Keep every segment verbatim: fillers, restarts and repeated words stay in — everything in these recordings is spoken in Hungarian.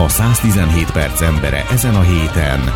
a száz tizenhét perc embere ezen a héten.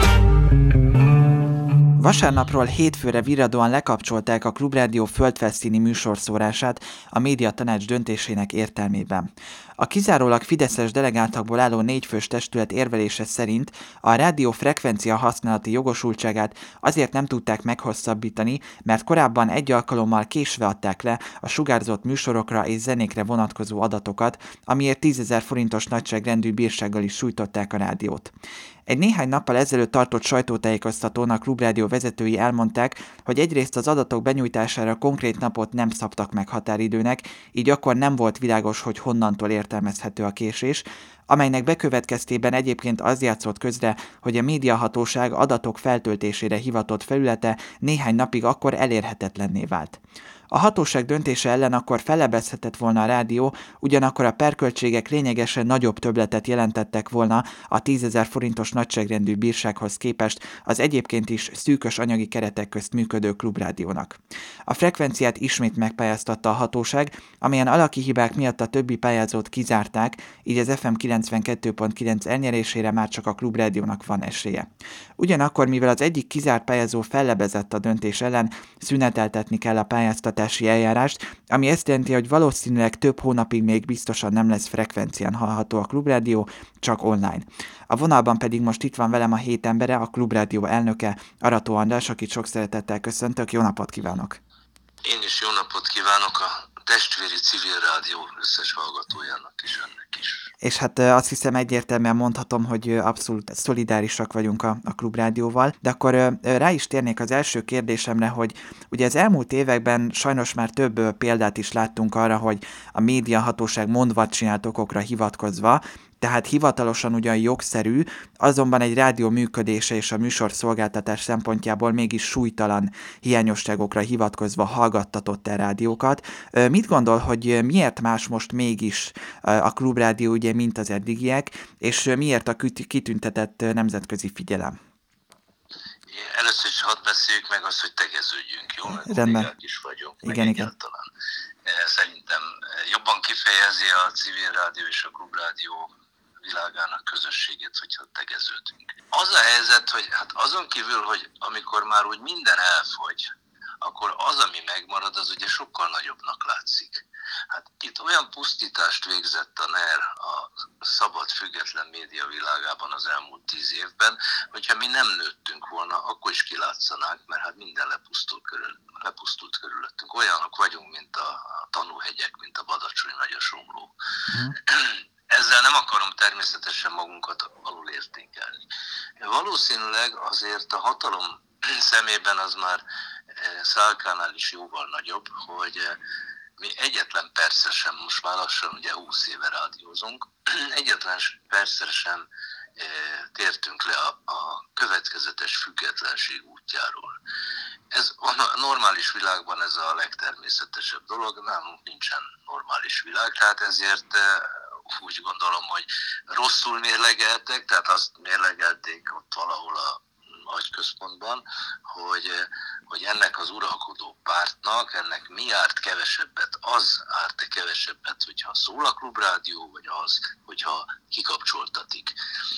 Vasárnapról hétfőre virradóan lekapcsolták a Klubrádió földfelszíni műsorszórását a médiatanács döntésének értelmében. A kizárólag fideszes delegáltakból álló négyfős testület érvelése szerint a rádió frekvencia használati jogosultságát azért nem tudták meghosszabbítani, mert korábban egy alkalommal késve adták le a sugárzott műsorokra és zenékre vonatkozó adatokat, amiért tízezer forintos nagyságrendű bírsággal is sújtották a rádiót. Egy néhány nappal ezelőtt tartott sajtótájékoztatón a Klubrádió vezetői elmondták, hogy egyrészt az adatok benyújtására konkrét napot nem szabtak meg határidőnek, így akkor nem volt világos, hogy honnantól értelmezhető a késés, amelynek bekövetkeztében egyébként az játszott közre, hogy a médiahatóság adatok feltöltésére hivatott felülete néhány napig akkor elérhetetlenné vált. A hatóság döntése ellen akkor fellebezhetett volna a rádió, ugyanakkor a perköltségek lényegesen nagyobb többletet jelentettek volna a tízezer forintos nagyságrendű bírsághoz képest az egyébként is szűkös anyagi keretek közt működő Klubrádiónak. A frekvenciát ismét megpályáztatta a hatóság, amelyen alaki hibák miatt a többi pályázót kizárták, így az ef em kilencvenkettő pont kilenc elnyerésére már csak a Klubrádiónak van esélye. Ugyanakkor, mivel az egyik kizárt pályázó fellebezett a döntés ellen, szüneteltetni kell a pályáztatási eljárást, ami azt jelenti, hogy valószínűleg több hónapig még biztosan nem lesz frekvencián hallható a Klubrádió, csak online. A vonalban pedig most itt van velem a hét embere, a Klubrádió elnöke, Arató András, akit sok szeretettel köszöntök. Jó napot kívánok! Én is jó napot kívánok a testvéri civil rádió összes hallgatójának is, önnek is. És hát azt hiszem egyértelműen mondhatom, hogy abszolút szolidárisak vagyunk a, a Klubrádióval, de akkor rá is térnék az első kérdésemre, hogy ugye az elmúlt években sajnos már több példát is láttunk arra, hogy a médiahatóság mondva csinált okokra hivatkozva, tehát hivatalosan ugyan jogszerű, azonban egy rádió működése és a műsorszolgáltatás szempontjából mégis súlytalan hiányosságokra hivatkozva hallgattatott el rádiókat. Mit gondol, hogy miért más most mégis a Klubrádió, ugye, mint az eddigiek, és miért a kitüntetett nemzetközi figyelem? Először is hadd beszéljük meg azt, hogy tegeződjünk, jó? Mert rendben. is vagyunk, igen, igen. Egyáltalán. Szerintem jobban kifejezi a civil rádió és a Klubrádió világának közösségét, hogyha tegeződünk. Az a helyzet, hogy hát azon kívül, hogy amikor már úgy minden elfogy, akkor az, ami megmarad, az ugye sokkal nagyobbnak látszik. Hát itt olyan pusztítást végzett a NER a szabad, független média világában az elmúlt tíz évben, hogyha mi nem nőttünk volna, akkor is kilátszanánk, mert hát minden lepusztult, körül, lepusztult körülöttünk. Olyanok vagyunk, mint a, a tanúhegyek, mint a Badacsony vagy a Somló. Mm. Ezzel nem akarom természetesen magunkat alul értékelni. Valószínűleg azért a hatalom szemében az már Szálkánál is jóval nagyobb, hogy mi egyetlen persze sem, most már lassan ugye húsz éve rádiózunk, egyetlen persze sem e, tértünk le a, a következetes függetlenség útjáról. Ez a normális világban ez a legtermészetesebb dolog, nálunk nincsen normális világ, tehát ezért e, úgy gondolom, hogy rosszul mérlegeltek, tehát azt mérlegelték ott valahol a agyközpontban, hogy, hogy ennek az uralkodó pártnak, ennek mi árt kevesebbet, az árt kevesebbet, hogyha szól a Klubrádió, vagy az, hogyha kikapcsoltatik.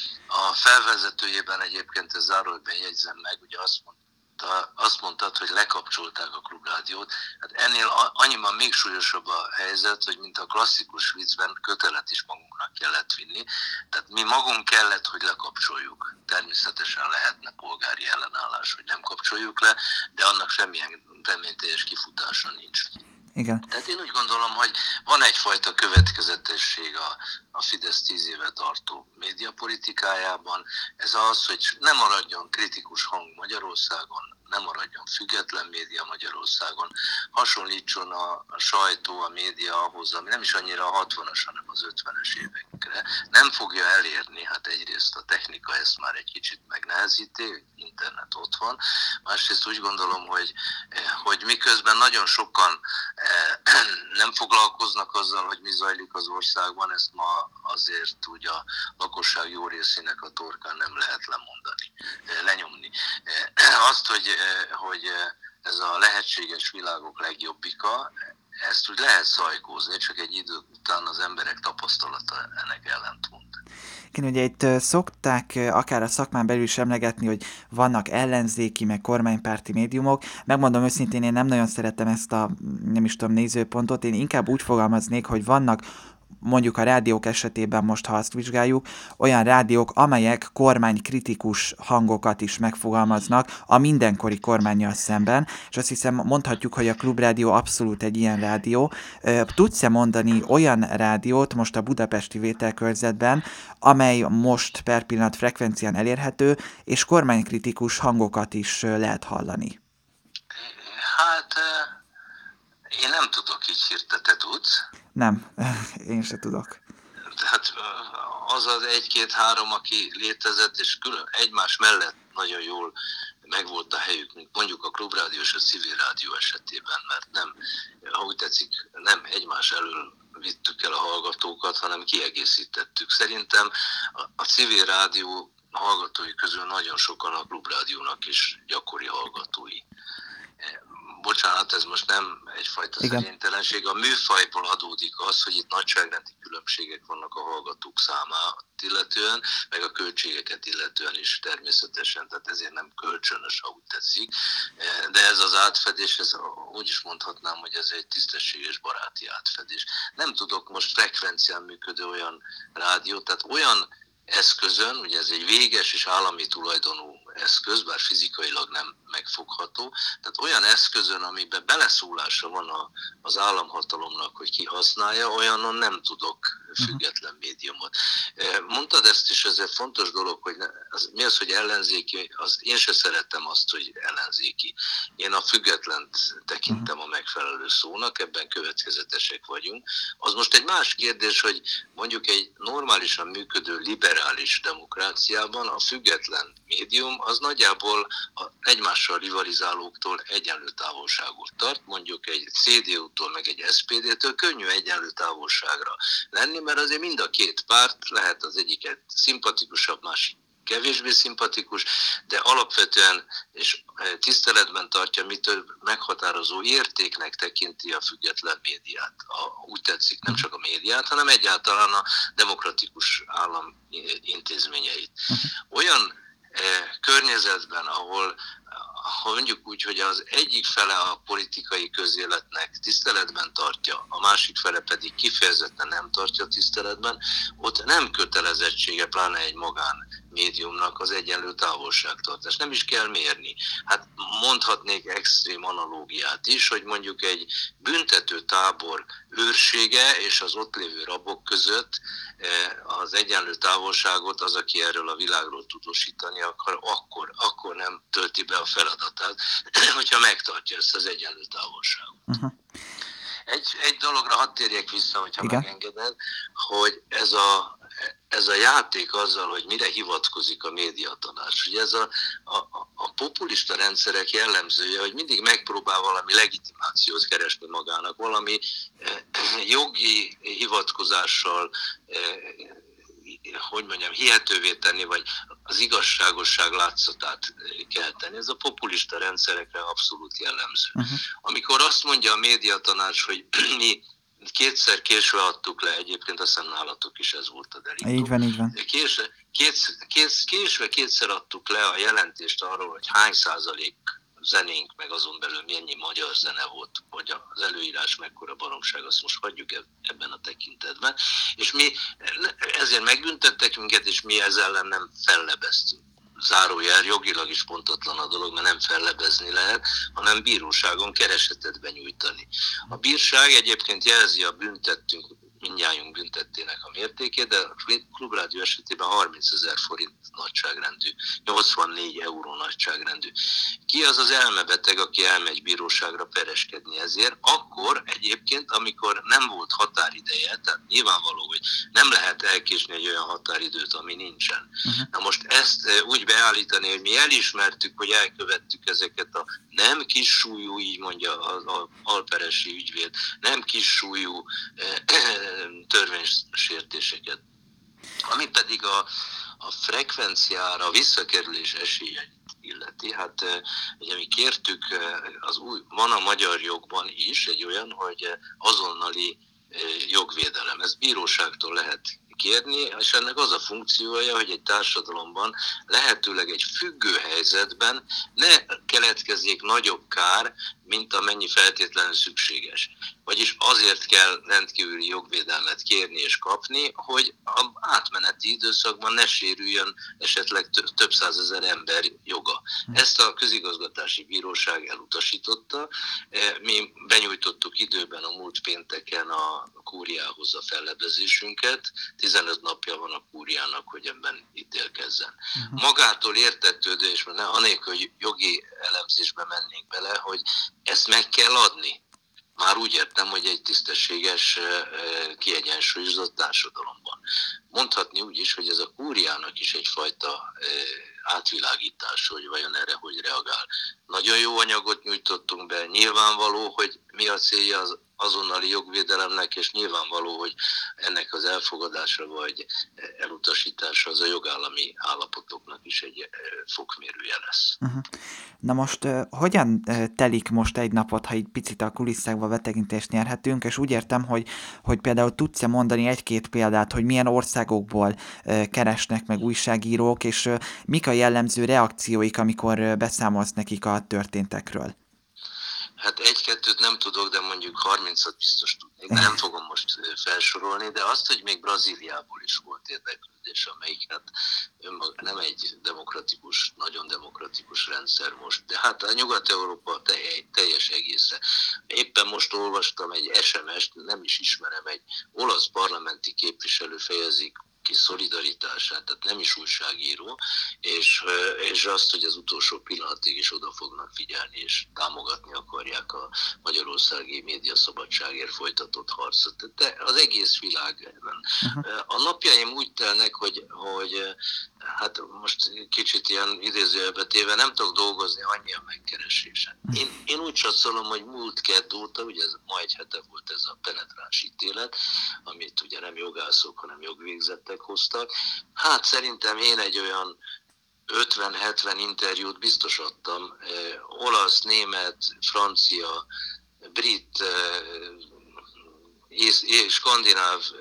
A felvezetőjében egyébként, ez zárójelben jegyzem meg, ugye azt mondta, azt mondtad, hogy lekapcsolták a Klubrádiót. Hát ennél annyiban még súlyosabb a helyzet, hogy mint a klasszikus viccben kötelet is magunknak kellett vinni. Tehát mi magunk kellett, hogy lekapcsoljuk. Természetesen lehetne polgári ellenállás, hogy nem kapcsoljuk le, de annak semmilyen reményteljes kifutása nincs. Igen. Tehát én úgy gondolom, hogy van egyfajta következetesség a, a Fidesz tíz éve tartó médiapolitikájában. Ez az, hogy nem maradjon kritikus hang Magyarországon, nem maradjon független média Magyarországon, hasonlítson a, a sajtó, a média ahhoz, ami nem is annyira a hatvanas, hanem az ötvenes évekre. Nem fogja elérni, hát egyrészt a technika ezt már egy kicsit megnehezíti, internet ott van, másrészt úgy gondolom, hogy, hogy miközben nagyon sokan nem foglalkoznak azzal, hogy mi zajlik az országban, ezt ma azért úgy a lakosság jó részének a torkán nem lehet lemondani, lenyomni. Azt, hogy, hogy ez a lehetséges világok legjobbika, ezt úgy lehet szajkózni, csak egy idő után az emberek tapasztalata ennek ellentmond. Igen, ugye itt szokták akár a szakmán belül is emlegetni, hogy vannak ellenzéki, meg kormánypárti médiumok. Megmondom őszintén, én nem nagyon szeretem ezt a, nem is tudom, nézőpontot. Én inkább úgy fogalmaznék, hogy vannak mondjuk a rádiók esetében most, ha azt vizsgáljuk, olyan rádiók, amelyek kormánykritikus hangokat is megfogalmaznak a mindenkori kormánnyal szemben, és azt hiszem mondhatjuk, hogy a Klubrádió abszolút egy ilyen rádió. Tudsz-e mondani olyan rádiót most a budapesti vételkörzetben, amely most per pillanat frekvencián elérhető, és kormánykritikus hangokat is lehet hallani? Hát én nem tudok így hirtelen, te tudsz? Nem, én se tudok. Tehát az az egy-két-három, aki létezett, és külön egymás mellett nagyon jól megvolt a helyük, mint mondjuk a Klubrádió és a Civil Rádió esetében, mert nem, ha úgy tetszik, nem egymás elől vittük el a hallgatókat, hanem kiegészítettük. Szerintem a Civil Rádió hallgatói közül nagyon sokan a Klubrádiónak is gyakori hallgatói. Bocsánat, ez most nem egyfajta szerénytelenség. A műfajból adódik az, hogy itt nagyságrendi különbségek vannak a hallgatók számát illetően, meg a költségeket illetően is természetesen, tehát ezért nem kölcsönös, ha úgy tetszik. De ez az átfedés, ez, úgy is mondhatnám, hogy ez egy tisztességes baráti átfedés. Nem tudok most frekvencián működő olyan rádiót, tehát olyan eszközön, ugye ez egy véges és állami tulajdonú eszköz, bár fizikailag nem megfogható, tehát olyan eszközön, amiben beleszólása van a, az államhatalomnak, hogy ki használja, olyanon nem tudok független médiumot. Mondtad ezt is, ez egy fontos dolog, hogy ne, az, mi az, hogy ellenzéki, az, én se szeretem azt, hogy ellenzéki. Én a függetlent tekintem a megfelelő szónak, ebben következetesek vagyunk. Az most egy más kérdés, hogy mondjuk egy normálisan működő liberális demokráciában a független médium az nagyjából a egymással rivalizálóktól egyenlő távolságot tart, mondjuk egy cé dé u-tól meg egy es pé dé-től könnyű egyenlő távolságra lenni, mert azért mind a két párt lehet az egyiket szimpatikusabb, másik kevésbé szimpatikus, de alapvetően és tiszteletben tartja, mitől meghatározó értéknek tekinti a független médiát. A, úgy tetszik, nem csak a médiát, hanem egyáltalán a demokratikus állam intézményeit. Olyan eh, környezetben, ahol ha mondjuk úgy, hogy az egyik fele a politikai közéletnek tiszteletben tartja, a másik fele pedig kifejezetten nem tartja tiszteletben, ott nem kötelezettsége, pláne egy magán médiumnak az egyenlő távolságtartás. Nem is kell mérni. Hát mondhatnék extrém analógiát is, hogy mondjuk egy büntető tábor őrsége és az ott lévő rabok között az egyenlő távolságot az, aki erről a világról tudósítani akar, akkor, akkor nem tölti be a feladatát, hogyha megtartja ezt az egyenlő távolságot. Uh-huh. Egy, egy dologra hadd térjek vissza, hogyha igen, megengeded, hogy ez a, ez a játék azzal, hogy mire hivatkozik a médiatanács. Ugye ez a, a, a populista rendszerek jellemzője, hogy mindig megpróbál valami legitimációt keresni magának, valami eh, jogi hivatkozással eh, hogy mondjam, hihetővé tenni, vagy az igazságosság látszatát kelteni. Ez a populista rendszerekre abszolút jellemző. Uh-huh. Amikor azt mondja a médiatanács, hogy mi kétszer késve adtuk le, egyébként azt hiszem nálatok is ez volt a deliktó. Így van, így van. Késve, kéts, kéts, késve kétszer adtuk le a jelentést arról, hogy hány százalék zenénk, meg azon belül mennyi magyar zene volt, hogy az előírás mekkora baromság, azt most hagyjuk ebben a tekintetben. És mi ezért megbüntettek minket, és mi ezzel ellen nem fellebeztünk. Zárójel, jogilag is pontatlan a dolog, mert nem fellebezni lehet, hanem bíróságon keresetet benyújtani. A bírság egyébként jelzi a büntettünk, mindnyájunk büntettének a mértékét, de a Klubrádió esetében harmincezer forint nagyságrendű, nyolcvannégy euró nagyságrendű. Ki az az elmebeteg, aki elmegy bíróságra pereskedni ezért? Akkor egyébként, amikor nem volt határideje, tehát nyilvánvaló, hogy nem lehet elkésni egy olyan határidőt, ami nincsen. Uh-huh. Na most ezt úgy beállítani, hogy mi elismertük, hogy elkövettük ezeket a nem kis súlyú, így mondja az alperesi ügyvéd, nem kis súlyú törvénysértéseket. Ami pedig a, a frekvenciára, a visszakerülés esélyeit illeti, hát ugye mi kértük, az új, van a magyar jogban is egy olyan, hogy azonnali jogvédelem. Ezt bíróságtól lehet kérni, és ennek az a funkciója, hogy egy társadalomban lehetőleg egy függő helyzetben ne keletkezzék nagyobb kár, mint amennyi feltétlenül szükséges. Vagyis azért kell rendkívüli jogvédelmet kérni és kapni, hogy az átmeneti időszakban ne sérüljön esetleg több százezer ember joga. Ezt a közigazgatási bíróság elutasította. Mi benyújtottuk időben a múlt pénteken a kúriához a fellebbezésünket. tizenöt napja van a kúriának, hogy ebben ítélkezzen. Uh-huh. Magától értetődő, és anélkül, hogy jogi elemzésbe mennénk bele, hogy ezt meg kell adni. Már úgy értem, hogy egy tisztességes, kiegyensúlyozott társadalomban. Mondhatni úgy is, hogy ez a kúriának is egyfajta átvilágítás, hogy vajon erre hogy reagál. Nagyon jó anyagot nyújtottunk be, nyilvánvaló, hogy mi a célja az azonnali jogvédelemnek, és nyilvánvaló, hogy ennek az elfogadása vagy elutasítása az a jogállami állapotoknak is egy fokmérője lesz. Uh-huh. Na most uh, hogyan uh, telik most egy napot, ha egy picit a kulisszákba betekintést nyerhetünk, és úgy értem, hogy, hogy például tudsz-e mondani egy-két példát, hogy milyen országokból uh, keresnek meg újságírók, és uh, mik a jellemző reakcióik, amikor uh, beszámolsz nekik a történtekről? Hát egy-kettőt nem tudok, de mondjuk harmincat biztos tudnék. Nem fogom most felsorolni, de azt, hogy még Brazíliából is volt érdeklődés, amelyik hát önmag, nem egy demokratikus, nagyon demokratikus rendszer most, de hát a Nyugat-Európa teljes egésze. Éppen most olvastam egy es em est, nem is ismerem, egy olasz parlamenti képviselő fejezik ki szolidaritását, tehát nem is újságíró, és, és azt, hogy az utolsó pillanatig is oda fognak figyelni, és támogatni akarják a magyarországi médiaszabadságért folytatott harcot. De az egész világban. Uh-huh. A napjaim úgy telnek, hogy, hogy hát most kicsit ilyen idézőjelbe téve nem tudok dolgozni annyian megkeresésen. Én, én úgy csatszolom, hogy múlt kedd óta, ugye ez, ma egy hete volt ez a penetráns ítélet, amit ugye nem jogászok, hanem jogvégzettek hoztak. Hát szerintem én egy olyan ötven-hetven interjút biztos adtam. Eh, olasz, német, francia, brit, eh, és, és skandináv, eh,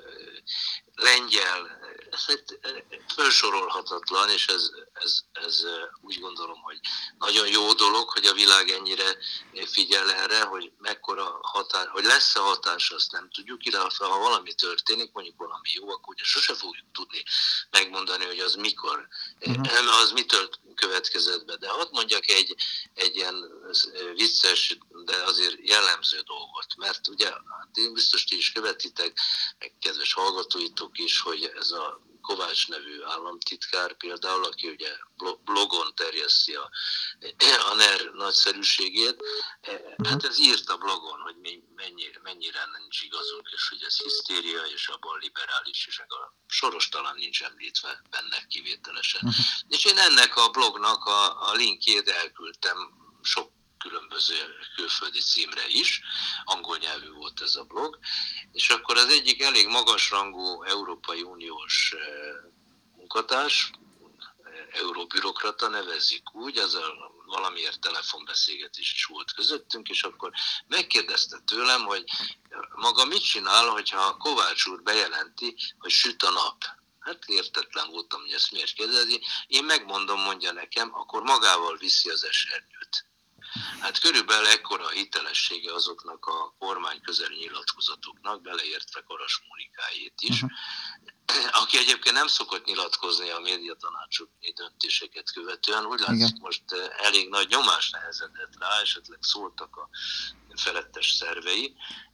lengyel, ez felsorolhatatlan, és ez, ez, ez úgy gondolom, hogy nagyon jó dolog, hogy a világ ennyire figyel erre, hogy mekkora hatás, hogy lesz-e hatás, azt nem tudjuk, illetve ha valami történik, mondjuk valami jó, akkor ugye sose fogjuk tudni megmondani, hogy az mikor, uh-huh. az mitől következett be. De hadd mondjak egy, egy ilyen vicces, de azért jellemző dolgot, mert ugye hát én biztos ti is követitek, meg kedves hallgatóitok is, hogy ez a Kovács nevű államtitkár például, aki ugye blogon terjeszti a, a NER nagyszerűségét, hát ez írt a blogon, hogy mennyire, mennyire nincs igazunk, és hogy ez hisztéria, és abban liberális, és a Soros talán nincs említve benne kivételesen. Uh-huh. És én ennek a blognak a, a linkjét elküldtem sok különböző külföldi címre is, angol nyelvű volt ez a blog, és akkor az egyik elég magasrangú Európai Uniós munkatárs, eurobürokrata, nevezzük úgy, az a valamiért telefonbeszélgetés is volt közöttünk, és akkor megkérdezte tőlem, hogy maga mit csinál, hogyha Kovács úr bejelenti, hogy süt a nap. Hát értetlen voltam, hogy ezt miért kérdezi. Én megmondom, mondja nekem, akkor magával viszi az esernyőt. Hát körülbelül ekkora a hitelessége azoknak a kormány közeli nyilatkozatoknak, beleértve Karas Mónikáét is, uh-huh. aki egyébként nem szokott nyilatkozni a médiatanácsok döntéseket követően. Úgy látszik, most elég nagy nyomás nehezedett rá, esetleg szóltak a felettes szervei,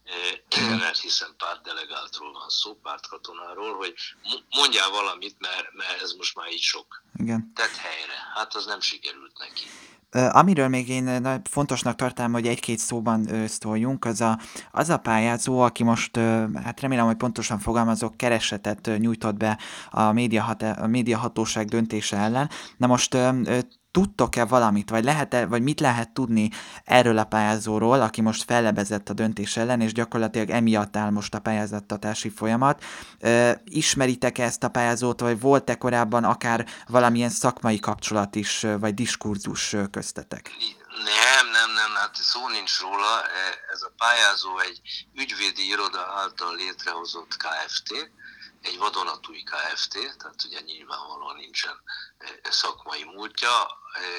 mert hiszen pártdelegáltról van szó, pártkatonáról, hogy mondjál valamit, mert, mert ez most már így sok. Igen. Tett helyre. Hát az nem sikerült neki. Amiről még én fontosnak tartom, hogy egy-két szóban szóljunk, az a, az a pályázó, aki most, hát remélem, hogy pontosan fogalmazok, keresetet nyújtott be a, médiahat, a médiahatóság döntése ellen. Na most tudtok-e valamit, vagy, lehet-e, vagy mit lehet tudni erről a pályázóról, aki most fellebezett a döntés ellen, és gyakorlatilag emiatt áll most a pályázattatási folyamat. Ismeritek-e ezt a pályázót, vagy volt-e korábban akár valamilyen szakmai kapcsolat is, vagy diskurzus köztetek? Nem, nem, nem, hát szó nincs róla. Ez a pályázó egy ügyvédi iroda által létrehozott ká ef té, egy vadonatúj Kft., tehát ugye nyilvánvalóan nincsen szakmai múltja.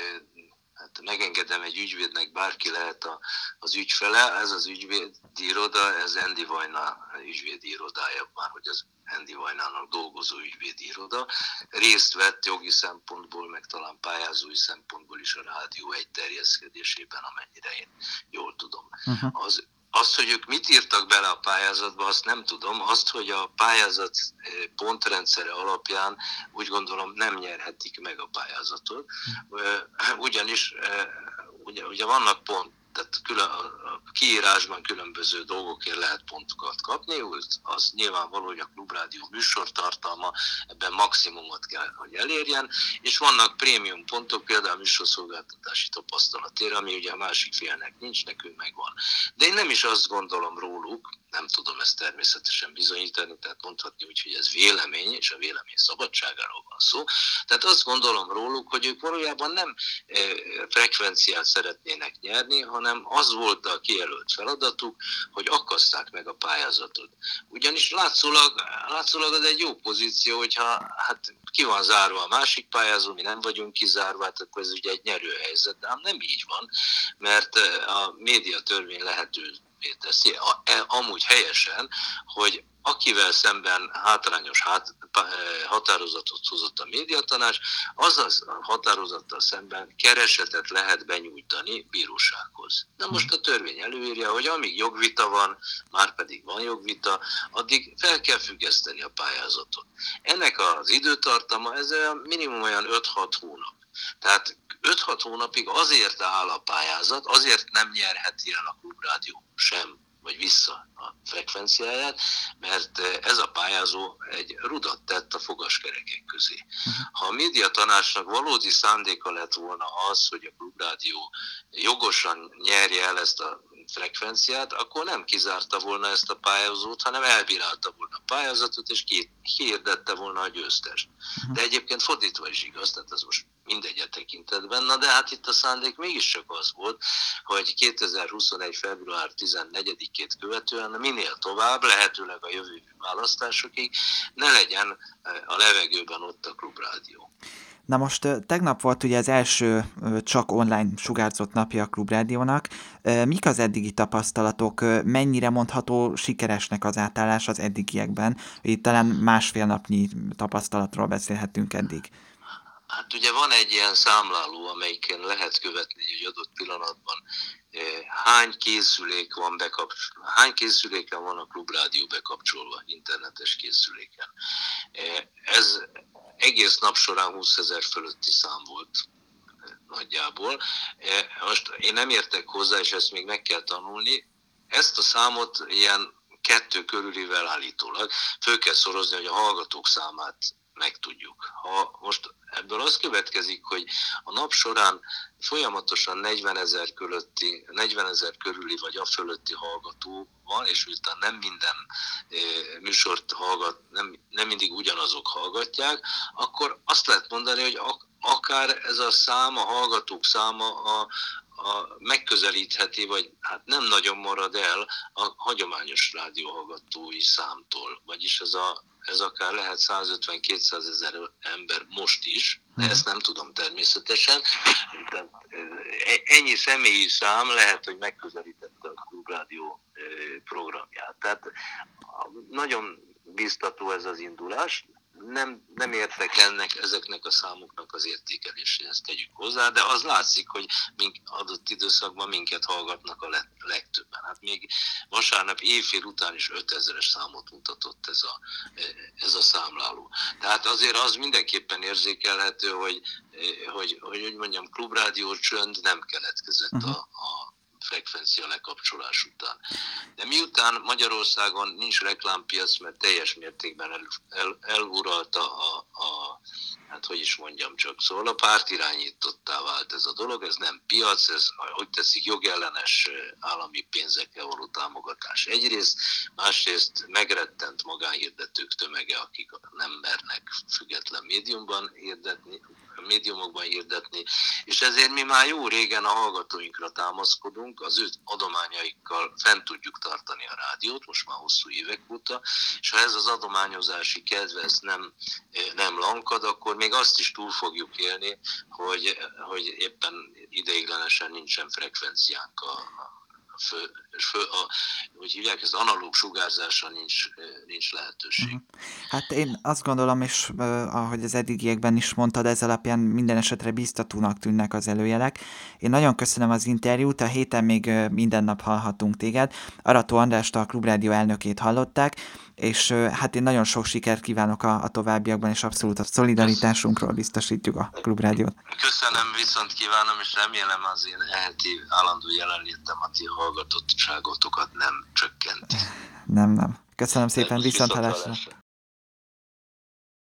Hát megengedem egy ügyvédnek, bárki lehet a, az ügyfele, ez az ügyvédi iroda, ez Andy Vajna ügyvédi irodája, már hogy az Andy Vajnának dolgozó ügyvédi iroda. Részt vett jogi szempontból, meg talán pályázói szempontból is a Rádió egy terjeszkedésében, amennyire én jól tudom. Uh-huh. Az Azt, hogy ők mit írtak bele a pályázatba, azt nem tudom. Azt, hogy a pályázat pontrendszere alapján úgy gondolom nem nyerhetik meg a pályázatot. Ugyanis ugye, ugye vannak pont, tehát külön, a kiírásban különböző dolgokért lehet pontokat kapni, az nyilvánvaló, hogy a Klubrádió műsortartalma ebben maximumot kell, hogy elérjen, és vannak prémium pontok, például a műsorszolgáltatási tapasztalatért, ami ugye a másik félnek nincs, nekünk megvan. De én nem is azt gondolom róluk, nem tudom ezt természetesen bizonyítani, tehát mondhatni úgy, hogy ez vélemény, és a vélemény szabadságáról van szó. Tehát azt gondolom róluk, hogy ők valójában nem e, frekvenciát szeretnének nyerni, hanem az volt a kijelölt feladatuk, hogy akaszták meg a pályázatot. Ugyanis látszólag, látszólag az egy jó pozíció, hogyha hát ki van zárva a másik pályázó, mi nem vagyunk kizárva, hát akkor ez ugye egy nyerőhelyzet, de nem így van, mert a médiatörvény lehető teszi, amúgy helyesen, hogy akivel szemben hátrányos hát, határozatot hozott a médiatanács, azaz a határozattal szemben keresetet lehet benyújtani bírósághoz. Na most a törvény előírja, hogy amíg jogvita van, már pedig van jogvita, addig fel kell függeszteni a pályázatot. Ennek az időtartama, ez minimum olyan öt-hat hónap. Tehát öt-hat hónapig azért áll a pályázat, azért nem nyerheti el a Klubrádió sem, vagy vissza a frekvenciáját, mert ez a pályázó egy rudat tett a fogaskerekek közé. Ha a médiatanácsnak valódi szándéka lett volna az, hogy a Klubrádió jogosan nyerje el ezt a frekvenciát, akkor nem kizárta volna ezt a pályázót, hanem elbírálta volna a pályázatot, és kihirdette volna a győztest. De egyébként fordítva is igaz, tehát ez most mindegyet tekintetben, na de hát itt a szándék mégiscsak az volt, hogy kétezer-huszonegy. február tizennegyedikét követően minél tovább, lehetőleg a jövő választásokig ne legyen a levegőben ott a Klubrádió. Na most tegnap volt ugye az első csak online sugárzott napja a Klubrádiónak. Mik az eddigi tapasztalatok? Mennyire mondható sikeresnek az átállás az eddigiekben? Itt talán másfél napnyi tapasztalatról beszélhetünk eddig. Hát ugye van egy ilyen számláló, amelyiken lehet követni egy adott pillanatban, hány készülék van bekapcsolva, hány készüléken van a Klubrádió bekapcsolva, internetes készüléken. Ez egész nap során húszezer fölötti szám volt nagyjából. Most én nem értek hozzá, és ezt még meg kell tanulni. Ezt a számot ilyen kettő körülivel állítólag föl kell szorozni, hogy a hallgatók számát megtudjuk. Ha most ebből az következik, hogy a nap során folyamatosan negyvenezer körüli, negyvenezer körüli vagy a fölötti hallgató van, és utána nem minden e, műsort hallgat, nem, nem mindig ugyanazok hallgatják, akkor azt lehet mondani, hogy ak- akár ez a szám, a hallgatók száma a, a megközelítheti, vagy hát nem nagyon marad el a hagyományos rádióhallgatói számtól. Vagyis ez a ez akár lehet százötven-kétszázezer ember most is, de ezt nem tudom természetesen. De ennyi személyi szám lehet, hogy megközelítette a Klubrádió programját. Tehát nagyon biztató ez az indulás. Nem, nem értek ennek, ezeknek a számoknak az értékeléséhez, tegyük hozzá, de az látszik, hogy mink, adott időszakban minket hallgatnak a legtöbben. Hát még vasárnap éjfél után is ötezeres számot mutatott ez a, ez a számláló. Tehát azért az mindenképpen érzékelhető, hogy, hogy, hogy, hogy mondjam, Klubrádió csönd nem keletkezett a, a frekvencia lekapcsolás után. De miután Magyarországon nincs reklámpiac, mert teljes mértékben el, el, eluralta a, a, hát hogy is mondjam csak, szóval a pártirányítottá vált ez a dolog, ez nem piac, ez, hogy teszik, jogellenes állami pénzekkel való támogatás egyrészt, másrészt megrettent magánhirdetők tömege, akik nem mernek független médiumban hirdetni, médiumokban hirdetni, és ezért mi már jó régen a hallgatóinkra támaszkodunk, az ő adományaikkal fent tudjuk tartani a rádiót, most már hosszú évek óta, és ha ez az adományozási kedve ez nem, nem lankad, akkor még azt is túl fogjuk élni, hogy, hogy éppen ideiglenesen nincsen frekvenciánk a, a fő, fő a, hogy hívják, ez analóg sugárzásra nincs, nincs lehetőség. Hát én azt gondolom, és uh, ahogy az eddigiekben is mondtad, ez alapján minden esetre biztatónak tűnnek az előjelek. Én nagyon köszönöm az interjút, a héten még uh, minden nap hallhatunk téged. Arató Andrást, a Klubrádió elnökét hallották, és uh, hát én nagyon sok sikert kívánok a, a továbbiakban, és abszolút a szolidaritásunkról biztosítjuk a Klubrádiót. Köszönöm, viszont kívánom, és remélem az én eheti állandó jelenlétem a ti hallgatottságotokat nem csökkenti. Nem, nem. Köszönöm szépen, viszont hallásra.